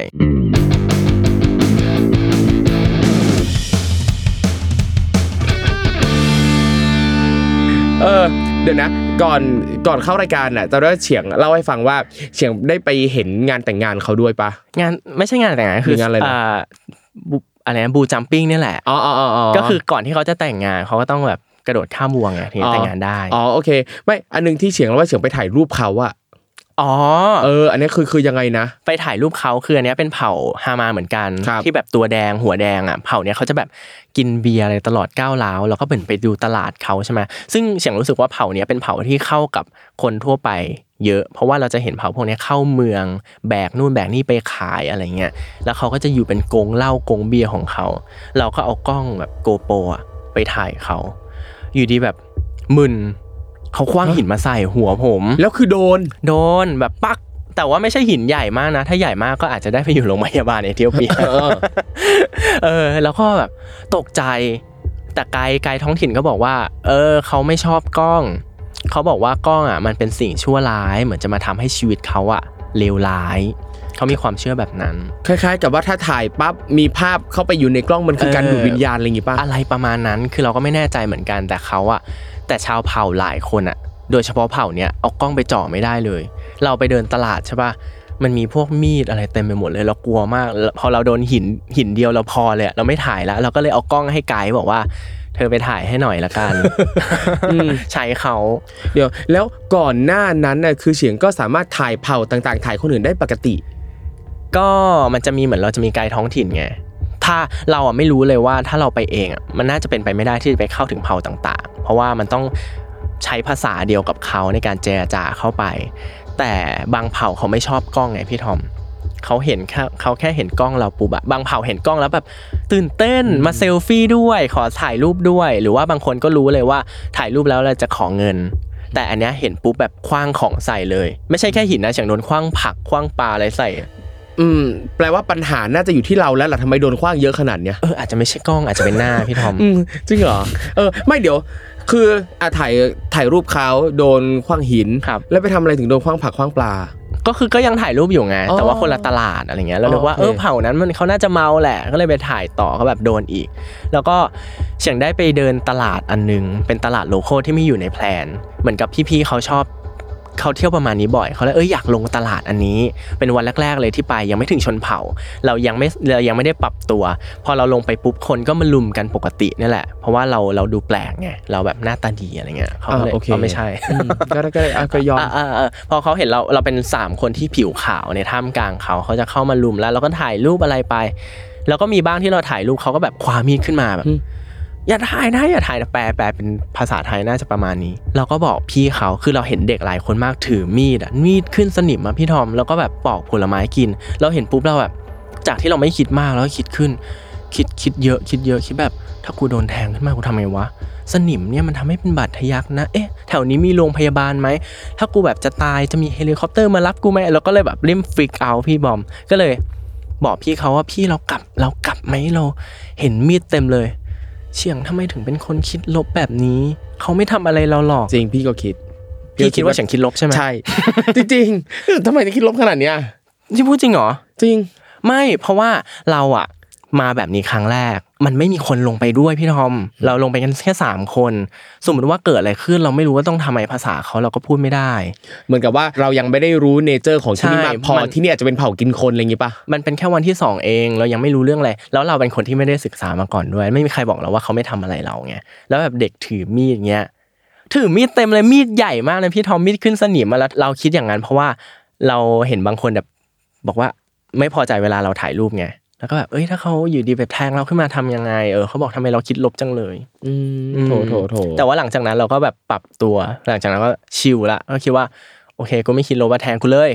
เดี๋ยวนะก่อนเข้ารายการน่ะจะได้เฉียงเล่าให้ฟังว่าเฉียงได้ไปเห็นงานแต่งงานเขาด้วยปะงานไม่ใช่งานแต่งงานคืองานอะไรอะไรนะบูจัมปิ้งนี่แหละก็คือก่อนที่เขาจะแต่งงานเขาก็ต้องแบบกระโดดข้ามวัวไงถึงแต่งงานได้โอเคไม่อันนึงที่เฉียงเล่าว่าเฉียงไปถ่ายรูปเขาอะอันนี้คือยังไงนะไปถ่ายรูปเขาคืออันนี้เป็นเผ่าฮามาเหมือนกันที่แบบตัวแดงหัวแดงอ่ะเผ่าเนี้ยเขาจะแบบกินเบียร์อะไรตลอดก้าวร้าวแล้วก็เหมือนไปดูตลาดเขาใช่ไหมซึ่งเฉียงรู้สึกว่าเผ่าเนี้ยเป็นเผ่าที่เข้ากับคนทั่วไปเยอะเพราะว่าเราจะเห็นเผ่าพวกนี้เข้าเมืองแบกนู่นแบกนี่ไปขายอะไรเงี้ยแล้วเขาก็จะอยู่เป็นกงเหล้ากงเบียร์ของเขาเราก็เอากล้องแบบโกโปรไปถ่ายเขาอยู่ดีแบบมึนเขาคว้างหินมาใส่หัวผมแล้วคือโดนแบบปักแต่ว่าไม่ใช่หินใหญ่มากนะถ้าใหญ่มากก็อาจจะได้ไปอยู่โรงพยาบาลเอธิโอเปียแล้วก็แบบตกใจแต่ไกด์ท้องถิ่นก็บอกว่าเขาไม่ชอบกล้องเขาบอกว่ากล้องอ่ะมันเป็นสิ่งชั่วร้ายเหมือนจะมาทำให้ชีวิตเขาอ่ะเลวร้ายเขามีความเชื่อแบบนั้นคล้ายๆกับว่าถ้าถ่ายปั๊บมีภาพเข้าไปอยู่ในกล้องมันคือการดูดวิญญาณอะไรอย่างงี้ป่ะอะไรประมาณนั้นคือเราก็ไม่แน่ใจเหมือนกันแต่ชาวเผ่าหลายคนอ่ะโดยเฉพาะเผ่าเนี้ยเอากล้องไปจ่อไม่ได้เลยเราไปเดินตลาดใช่ป่ะมันมีพวกมีดอะไรเต็มไปหมดเลยเรากลัวมากพอเราโดนหินเดียวเราพอเลยเราไม่ถ่ายแล้วเราก็เลยเอากล้องให้ไกด์บอกว่าเธอไปถ่ายให้หน่อยละกัน ใช้เขาเดี๋ยวแล้วก่อนหน้านั้นน่ะคือเฉียงก็สามารถถ่ายเผ่าต่างๆถ่ายคนอื่นได้ปกติก็มันจะมีเหมือนเราจะมีไกด์ท้องถิ่นไงถ้าเราไม่รู้เลยว่าถ้าเราไปเองมันน่าจะเป็นไปไม่ได้ที่จะไปเข้าถึงเผ่าต่างๆเพราะว่ามันต้องใช้ภาษาเดียวกับเขาในการเจรจาเข้าไปแต่บางเผ่าเขาไม่ชอบกล้องไงพี่ทอมเขาแค่เห็นกล้องเราปุ๊บบางเผ่าเห็นกล้องแล้วแบบตื่นเต้นมาเซลฟี่ด้วยขอถ่ายรูปด้วยหรือว่าบางคนก็รู้เลยว่าถ่ายรูปแล้วเราจะขอเงินแต่อันเนี้ยเห็นปุ๊บแบบคว้างของใส่เลยไม่ใช่แค่หินนะอย่างโดนคว้างผักคว้างปลาอะไรใส่แปลว่าปัญหาน่าจะอยู่ที่เราแล้วล่ะทำไมโดนคว้างเยอะขนาดเนี้ยอาจจะไม่ใช่กล้องอาจจะเป็นหน้าพี่ทอมจริงเหรอไม่เดี๋ยวคือถ่ายรูปเขาโดนคว้างหินแล้วไปทำอะไรถึงโดนคว้างผักคว้างปลาก็คือก็ยังถ่ายรูปอยู่ไงแต่ว่าคนละตลาดอะไรเงี้ยแล้วนึกว่าเผ่านั้นมันเขาน่าจะเมาแหละก็เลยไปถ่ายต่อก็แบบโดนอีกแล้วก็เฉียงได้ไปเดินตลาดอันนึงเป็นตลาดโลคอลที่ไม่อยู่ในแพลนเหมือนกับพี่ๆเขาชอบเขาเที่ยวประมาณนี้บ่อยเขาเลยอยากลงตลาดอันนี้เป็นวันแรกๆเลยที่ไปยังไม่ถึงชนเผ่าเรายังไม่ได้ปรับตัวพอเราลงไปปุ๊บคนก็มาลุมกันปกตินี่แหละเพราะว่าเราดูแปลกไงเราแบบหน้าตาดีอะไรเงี้ยเขาเลยไม่ใช่ก็ยอมพอเขาเห็นเราเป็น3คนที่ผิวขาวในท่ามกลางเขาจะเข้ามาลุมแล้วเราก็ถ่ายรูปอะไรไปแล้วก็มีบ้างที่เราถ่ายรูปเขาก็แบบคว้ามีดขึ้นมาแบบอย่าถ่ายนะแปลเป็นภาษาไทยน่าจะประมาณนี้เราก็บอกพี่เขาคือเราเห็นเด็กหลายคนมากถือมีดขึ้นสนิมพี่ทอมแล้วก็แบบปอกผลไม้กินเราเห็นปุ๊บเราแบบจากที่เราไม่คิดมากแล้วก็คิดขึ้นคิดเยอะคิดแบบถ้ากูโดนแทงขึ้นมากูทำไงวะสนิมเนี่ยมันทำให้เป็นบาดทะยักนะแถวนี้มีโรงพยาบาลไหมถ้ากูแบบจะตายจะมีเฮลิคอปเตอร์มารับกูไหมเราก็เลยแบบริมฟริกเอาพี่บอมก็เลยบอกพี่เขาว่าพี่เรากลับไหมเราเห็นมีดเต็มเลยเฉียงทำไมถึงเป็นคนคิดลบแบบนี้เขาไม่ทำอะไรเราหรอกจริงพี่ก็คิดว่าเฉียงคิดลบใช่ไหมใช่ จริงๆทำไมถึงคิดลบขนาดเนี้ยที่พูดจริงเหรอจริงไม่เพราะว่าเราอะมาแบบนี้ครั้งแรกมันไม่มีคนลงไปด้วยพี่ทอมเราลงไปกันแค่3คนสมมติว่าเกิดอะไรขึ้นเราไม่รู้ว่าต้องทำไมภาษาเขาเราก็พูดไม่ได้เหมือนกับว่าเรายังไม่ได้รู้เนเจอร์ของที่นี่มากพอที่นี่อาจจะเป็นเผ่ากินคนอะไรอย่างงี้ป่ะมันเป็นแค่วันที่2เองเรายังไม่รู้เรื่องอะไรแล้วเราเป็นคนที่ไม่ได้ศึกษามาก่อนด้วยไม่มีใครบอกเราว่าเขาไม่ทำอะไรเราไงแล้วแบบเด็กถือมีดเงี้ยถือมีดเต็มเลยมีดใหญ่มากเลยพี่ทอมมีดขึ้นสนิมมาแล้วเราคิดอย่างนั้นเพราะว่าเราเห็นบางคนแบบบอกว่าไม่พอใจเวลาเราถ่ายรูปไงแล้วก็แบบถ้าเขาอยู่ดีแบบแทงเราขึ้นมาทำยังไงเขาบอกทำไมเราคิดลบจังเลยโถแต่ว่าหลังจากนั้นเราก็แบบปรับตัวหลังจากนั้นก็ชิลละก็คิดว่าโอเคกูไม่คิดลบว่าแทงกูเลย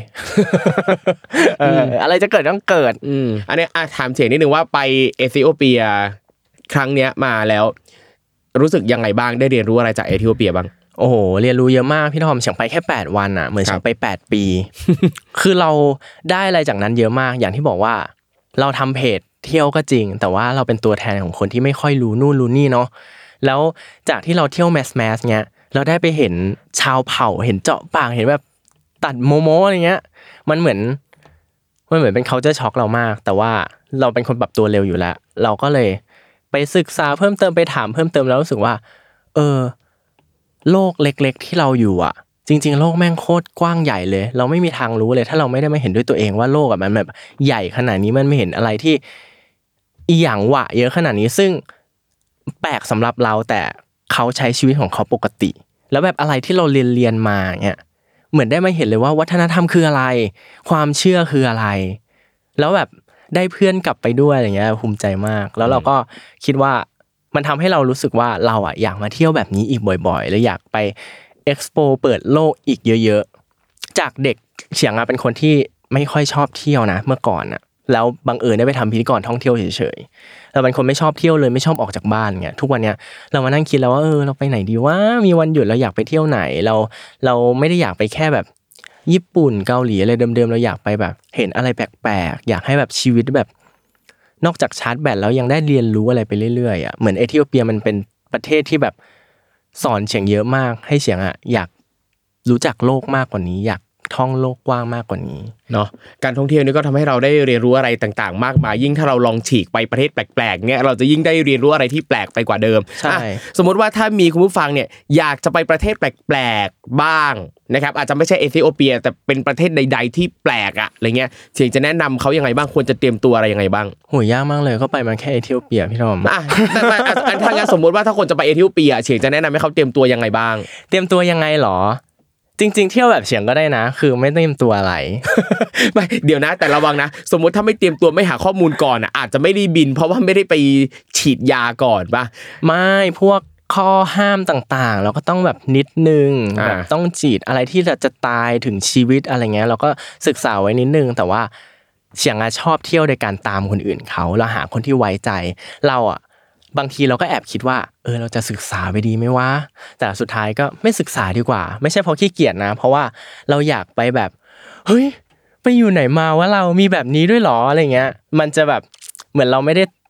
อะไรจะเกิดต้องเกิดอันนี้ถามเฉียงนิดนึงว่าไปเอธิโอเปียครั้งเนี้ยมาแล้วรู้สึกยังไงบ้างได้เรียนรู้อะไรจากเอธิโอเปียบ้างโอ้โหเรียนรู้เยอะมากพี่ทอมเฉียงไปแค่8วันเหมือนเฉียงไป8ปีคือเราได้อะไรจากนั้นเยอะมากอย่างที่บอกว่าเราทำเพจเที่ยวก็จริงแต่ว่าเราเป็นตัวแทนของคนที่ไม่ค่อยรู้นู่นรู้นี่เนาะแล้วจากที่เราเที่ยวแมสเงี้ยเราได้ไปเห็นชาวเผ่าเห็นเจาะปากเห็นแบบตัดโมอะไรเงี้ยมันเหมือนเป็น culture shock เรามากแต่ว่าเราเป็นคนปรับตัวเร็วอยู่แล้วเราก็เลยไปศึกษาเพิ่มเติมไปถามเพิ่มเติมแล้วรู้สึกว่าโลกเล็กๆที่เราอยู่จริงๆโลกแม่งโคตรกว้างใหญ่เลยเราไม่มีทางรู้เลยถ้าเราไม่ได้มาเห็นด้วยตัวเองว่าโลกมันแบบใหญ่ขนาดนี้มันไม่เห็นอะไรที่อีหยังวะเยอะขนาดนี้ซึ่งแปลกสำหรับเราแต่เขาใช้ชีวิตของเขาปกติแล้วแบบอะไรที่เราเรียนมาเนี่ยเหมือนได้มาเห็นเลยว่าวัฒนธรรมคืออะไรความเชื่อคืออะไรแล้วแบบได้เพื่อนกลับไปด้วยอย่างเงี้ยภูมิใจมากแล้วเราก็คิดว่ามันทำให้เรารู้สึกว่าเราอยากมาเที่ยวแบบนี้อีกบ่อยๆและอยากไปExpo เปิดโลกอีกเยอะๆจากเด็กเฉียงเป็นคนที่ไม่ค่อยชอบเที่ยวนะเมื่อก่อนแล้วบังเอิญได้ไปทำพิธีกรท่องเที่ยวเฉยๆเราเป็นคนไม่ชอบเที่ยวเลยไม่ชอบออกจากบ้านเงี้ยทุกวันเนี้ยเรามานั่งคิดแล้วว่าเราไปไหนดีว่ามีวันหยุดเราอยากไปเที่ยวไหนเราไม่ได้อยากไปแค่แบบญี่ปุ่นเกาหลีอะไรเดิมๆเราอยากไปแบบเห็นอะไรแปลกๆอยากให้แบบชีวิตแบบนอกจากชาร์จแบตแล้วยังได้เรียนรู้อะไรไปเรื่อยๆเหมือนเอธิโอเปียมันเป็นประเทศที่แบบสอนเฉียงเยอะมากให้เฉียงอยากรู้จักโลกมากกว่านี้อยากท่องโลกกว้างมากกว่านี้เนาะการท่องเที่ยวนี่ก็ทำให้เราได้เรียนรู้อะไรต่างๆมากมายยิ่งถ้าเราลองฉีกไปประเทศแปลกๆเนี่ยเราจะยิ่งได้เรียนรู้อะไรที่แปลกไปกว่าเดิมสมมติว่าถ้ามีคุณผู้ฟังเนี่ยอยากจะไปประเทศแปลกๆบ้างนะครับอาจจะไม่ใช่เอธิโอเปียแต่เป็นประเทศใดๆที่แปลกอะไรเงี้ยเฉียงจะแนะนำเขายังไงบ้างควรจะเตรียมตัวอะไรยังไงบ้างโหยากมากเลยก็ไปมาแค่เอธิโอเปียพี่ทอมแต่ถ้างั้นสมมติว่าถ้าคนจะไปเอธิโอเปียเฉียงจะแนะนำให้เขาเตรียมตัวยังไงบ้างเตรียมตัวยังไงหรอจริงๆเที่ยวแบบเฉียงก็ได้นะคือไม่เตรียมตัวอะไรไม่เดี๋ยวนะแต่ระวังนะสมมติถ้าไม่เตรียมตัวไม่หาข้อมูลก่อนอาจจะไม่ได้บินเพราะว่าไม่ได้ไปฉีดยาก่อนป่ะไม่พวกข้อห้ามต่างๆเราก็ต้องแบบนิดนึงแบบต้องฉีดอะไรที่จะตายถึงชีวิตอะไรเงี้ยเราก็ศึกษาไว้นิดนึงแต่ว่าเฉียงชอบเที่ยวโดยการตามคนอื่นเขาเราหาคนที่ไว้ใจเราบางทีเราก็แอบคิดว่าเราจะศึกษาไปดีไหมวะแต่สุดท้ายก็ไม่ศึกษาดีกว่าไม่ใช่เพราะขี้เกียจนะเพราะว่าเราอยากไปแบบเฮ้ยไปอยู่ไหนมาว่าเรามีแบบนี้ด้วยหรออะไรเงี้ยมันจะแบบเหมือนเราไม่ได้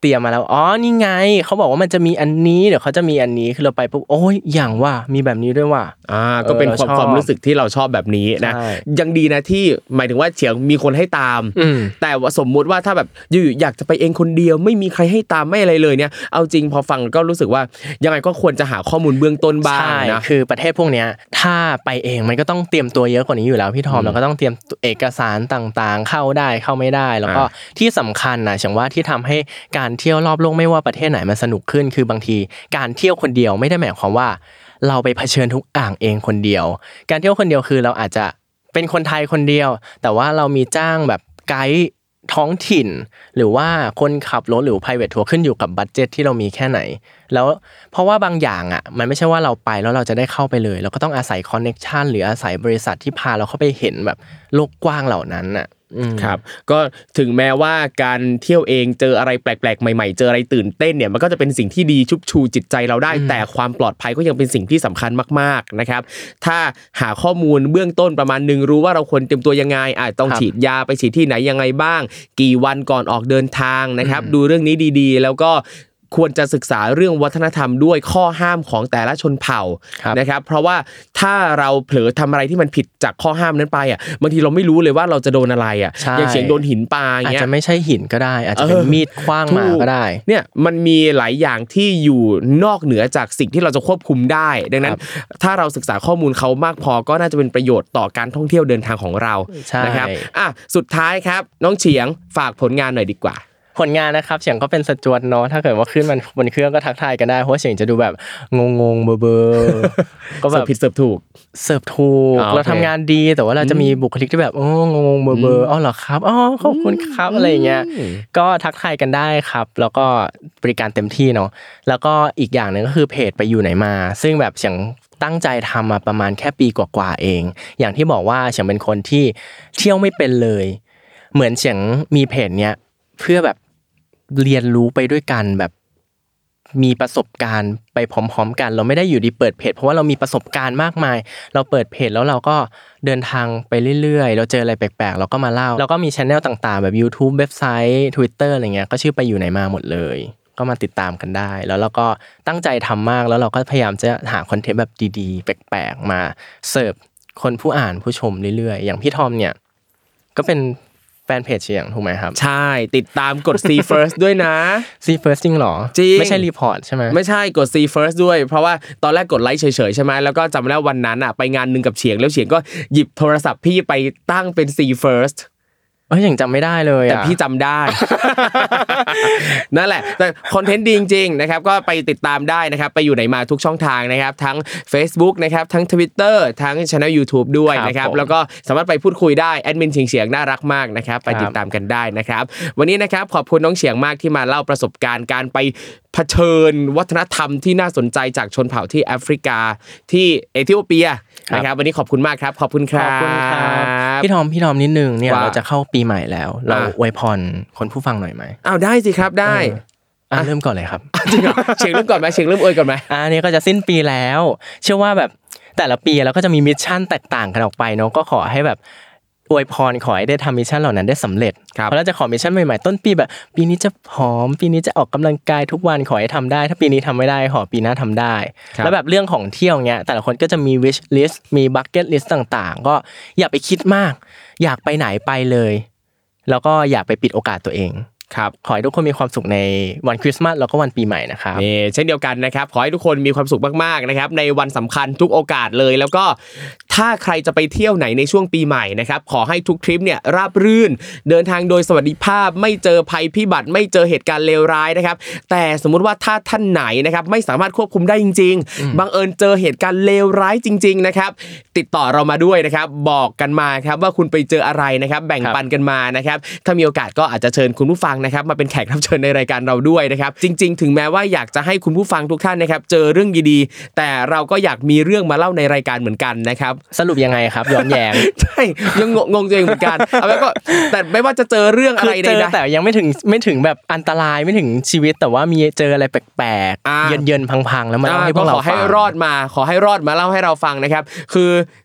ตรียมมาแล้วอ๋อนี่ไงเขาบอกว่ามันจะมีอันนี้เดี๋ยวเขาจะมีอันนี้คือเราไปปุ๊บโอ้ยอย่างว่ามีแบบนี้ด้วยว่ะก็เป็นความรู้สึกที่เราชอบแบบนี้นะยังดีนะที่หมายถึงว่าเฉียงมีคนให้ตามแต่ว่าสมมุติว่าถ้าแบบอยู่อยากจะไปเองคนเดียวไม่มีใครให้ตามไม่อะไรเลยเนี่ยเอาจริงพอฟังก็รู้สึกว่ายังไงก็ควรจะหาข้อมูลเบื้องต้นบ้างนะคือประเทศพวกเนี้ยถ้าไปเองมันก็ต้องเตรียมตัวเยอะกว่านี้อยู่แล้วพี่ทอมเราก็ต้องเตรียมเอกสารต่างๆเข้าได้เข้าไม่ได้แล้วก็ที่สำคัญนะฉันว่าที่ทำให้การเที่ยวรอบโลกไม่ว่าประเทศไหนมันสนุกขึ้นคือบางทีการเที่ยวคนเดียวไม่ได้หมายความว่าเราไปเผชิญทุกอย่างเองคนเดียวการเที่ยวคนเดียวคือเราอาจจะเป็นคนไทยคนเดียวแต่ว่าเรามีจ้างแบบไกด์ท้องถิ่นหรือว่าคนขับรถหรือ private tour ขึ้นอยู่กับบัดเจ็ตที่เรามีแค่ไหนแล้วเพราะว่าบางอย่างอ่ะมันไม่ใช่ว่าเราไปแล้วเราจะได้เข้าไปเลยเราก็ต้องอาศัยคอนเนคชั่นหรืออาศัยบริษัทที่พาเราเข้าไปเห็นแบบโลกกว้างเหล่านั้นน่ะครับก็ถึงแม้ว่าการเที่ยวเองเจออะไรแปลกๆใหม่ๆเจออะไรตื่นเต้นเนี่ยมันก็จะเป็นสิ่งที่ดีชุบชูจิตใจเราได้แต่ความปลอดภัยก็ยังเป็นสิ่งที่สำคัญมากๆนะครับถ้าหาข้อมูลเบื้องต้นประมาณนึงรู้ว่าเราควรเตรียมตัวยังไงต้องฉีดยาไปฉีดที่ไหนยังไงบ้างกี่วันก่อนออกเดินทางนะครับดูเรื่องนี้ดีๆแล้วก็ควรจะศึกษาเรื่องวัฒนธรรมด้วยข้อห้ามของแต่ละชนเผ่านะครับเพราะว่าถ้าเราเผลอทำอะไรที่มันผิดจากข้อห้ามนั้นไปบางทีเราไม่รู้เลยว่าเราจะโดนอะไรอย่างเสียงโดนหินปาอย่างเงี้ยอาจจะไม่ใช่หินก็ได้อาจจะเป็นมีดขว้างมาก็ได้เนี่ยมันมีหลายอย่างที่อยู่นอกเหนือจากสิ่งที่เราจะควบคุมได้ดังนั้นถ้าเราศึกษาข้อมูลเขามากพอก็น่าจะเป็นประโยชน์ต่อการท่องเที่ยวเดินทางของเรานะครับสุดท้ายครับน้องเฉียงฝากผลงานหน่อยดีกว่าผลงานนะครับเสียงก็เป็นสจวตเนาะถ้าเกิดว่าขึ้นมันบนเครื่องก็ทักทายกันได้เพราะเสียงจะดูแบบงงๆเบอร์ก็แบบผิดเสิร์ฟถูกเราทำงานดีแต่ว่าเราจะมีบุคลิกที่แบบงงๆเบอร์อ๋อเหรอครับอ๋อขอบคุณครับอะไรอย่างเงี้ยก็ทักทายกันได้ครับแล้วก็บริการเต็มที่เนาะแล้วก็อีกอย่างนึงก็คือเพจไปอยู่ไหนมาซึ่งแบบเสียงตั้งใจทำมาประมาณแค่ปีกว่าๆเองอย่างที่บอกว่าเสียงเป็นคนที่เที่ยวไม่เป็นเลยเหมือนเสียงมีเพจเนี้ยเพื่อแบบเรียนรู้ไปด้วยกันแบบมีประสบการณ์ไปพร้อมๆกันเราไม่ได้อยู่ดีเปิดเพจเพราะว่าเรามีประสบการณ์มากมายเราเปิดเพจแล้วเราก็เดินทางไปเรื่อยๆเราเจออะไรแปลกๆเราก็มาเล่าแล้วก็มี channel ต่างๆแบบ YouTube เว็บไซต์ Twitter อะไรเงี้ยก็ชื่อไปอยู่ไหนมาหมดเลยก็มาติดตามกันได้แล้วเราก็ตั้งใจทำมากแล้วเราก็พยายามจะหาคอนเทนต์แบบดีๆแปลกๆมาเสิร์ฟคนผู้อ่านผู้ชมเรื่อยๆอย่างพี่ทอมเนี่ยก็เป็นแฟนเพจเสียงถูกไหมครับใช่ติดตามกด See First ด้วยนะ See First จริงหรอจริงไม่ใช่รีพอร์ตใช่ไหมไม่ใช่กด See First ด้วยเพราะว่าตอนแรกกดไลค์เฉยๆใช่ไหมแล้วก็จำได้วันนั้นไปงานนึงกับเฉียงแล้วเฉียงก็หยิบโทรศัพท์พี่ไปตั้งเป็น See First ยังจำไม่ได้เลยแต่พี่จำได้ นั่นแหละแต่คอนเทนต์ดีจริงๆนะครับก็ไปติดตามได้นะครับไปอยู่ไหนมาทุกช่องทางนะครับทั้ง Facebook นะครับทั้ง Twitter ทั้ง Channel YouTube ด้วยนะครับแล้วก็สามารถไปพูดคุยได้แอดมินเฉียงน่ารักมากนะครับไปติดตามกันได้นะครับวันนี้นะครับขอบคุณน้องเฉียงมากที่มาเล่าประสบการณ์การไปเผชิญวัฒนธรรมที่น่าสนใจจากชนเผ่าที่แอฟริกาที่เอธิโอเปียนะครับวันนี้ขอบคุณมากครับขอบคุณครับพี่ทอมนิดนึงเนี่ยเราจะเข้าปีใหม่แล้วเราอวยพรคนผู้ฟังหน่อยไหมได้สิครับได้เริ่มก่อนเลยครับจริงเหรอเฉียงเริ่มก่อนไหมเฉียงเริ่มอวยก่อนไหมนี่ก็จะสิ้นปีแล้วเชื่อว่าแบบแต่ละปีเราก็จะมีมิชชั่นแตกต่างกันออกไปเนาะก็ขอให้แบบอวยพรขอให้ได้ทำมิชชั่นเหล่านั้นได้สำเร็จเพราะเราจะขอมิชชั่นใหม่ๆต้นปีแบบปีนี้จะผอมปีนี้จะออกกำลังกายทุกวันขอให้ทำได้ถ้าปีนี้ทำไม่ได้ขอปีหน้าทำได้แล้วแบบเรื่องของเที่ยวเงี้ยแต่ละคนก็จะมี wish list มี bucket list ต่างๆก็อย่าไปคิดมากอยากไปไหนไปเลยแล้วก็อย่าไปปิดโอกาสตัวเองครับขอให้ทุกคนมีความสุขในวันคริสต์มาสแล้วก็วันปีใหม่นะครับนี่เช่นเดียวกันนะครับขอให้ทุกคนมีความสุขมากๆนะครับในวันสำคัญทุกโอกาสเลยแล้วก็ถ้าใครจะไปเที่ยวไหนในช่วงปีใหม่นะครับขอให้ทุกทริปเนี่ยราบรื่นเดินทางโดยสวัสดิภาพไม่เจอภัยพิบัติไม่เจอเหตุการณ์เลวร้ายนะครับแต่สมมุติว่าถ้าท่านไหนนะครับไม่สามารถควบคุมได้จริงๆบังเอิญเจอเหตุการณ์เลวร้ายจริงๆนะครับติดต่อเรามาด้วยนะครับบอกกันมาครับว่าคุณไปเจออะไรนะครับแบ่งปันกันมานะครับถ้ามีโอกาสก็อาจจะเชิญคุณผู้ฟังนะครับมาเป็นแขกรับเชิญในรายการเราด้วยนะครับจริงๆถึงแม้ว่าอยากจะให้คุณผู้ฟังทุกท่านนะครับเจอเรื่องดีๆแต่เราก็อยากมีเรื่องมาเล่าในรายการเหมือนกันนะครับสรุปยังไงครับย้อนแย้งใช่ยังงงตัวเองเหมือนกันเอาไว้ก็แต่ไม่ว่าจะเจอเรื่องอะไรใดๆแต่ยังไม่ถึงแบบอันตรายไม่ถึงชีวิตแต่ว่ามีเจออะไรแปลกๆเยินๆพังๆแล้วมาเล่าให้พวกเราฟังขอให้รอดมาเล่าให้เราฟังนะครับคือ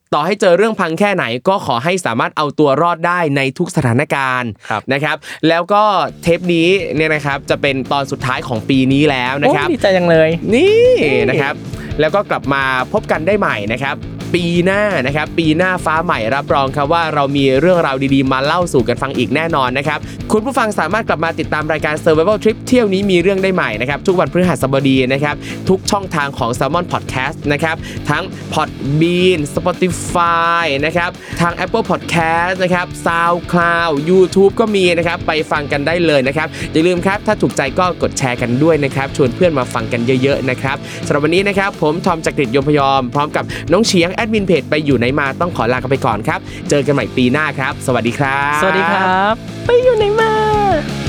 ต่อให้เจอเรื่องพังแค่ไหนก็ขอให้สามารถเอาตัวรอดได้ในทุกสถานการณ์นะครับแล้วก็เทปนี้เนี่ยนะครับจะเป็นตอนสุดท้ายของปีนี้แล้วนะครับดีใจจังเลยนี่นะครับแล้วก็กลับมาพบกันได้ใหม่นะครับปีหน้านะครับปีหน้าฟ้าใหม่รับรองครับว่าเรามีเรื่องราวดีๆมาเล่าสู่กันฟังอีกแน่นอนนะครับคุณผู้ฟังสามารถกลับมาติดตามรายการ Survival Trip เที่ยวนี้มีเรื่องได้ใหม่นะครับทุกวันพฤหัสบดีนะครับทุกช่องทางของ Salmon Podcast นะครับทั้ง Podbean Spotify นะครับทาง Apple Podcast นะครับ SoundCloud YouTube ก็มีนะครับไปฟังกันได้เลยนะครับอย่าลืมครับถ้าถูกใจก็กดแชร์กันด้วยนะครับชวนเพื่อนมาฟังกันเยอะๆนะครับสำหรับวันนี้นะครับผมทอมจักริดยมพยอมพร้อมกับน้องเฉียงแอดมินเพจไปอยู่ไหนมาต้องขอลากันไปก่อนครับเจอกันใหม่ปีหน้าครับสวัสดีครับสวัสดีครับไปอยู่ไหนมา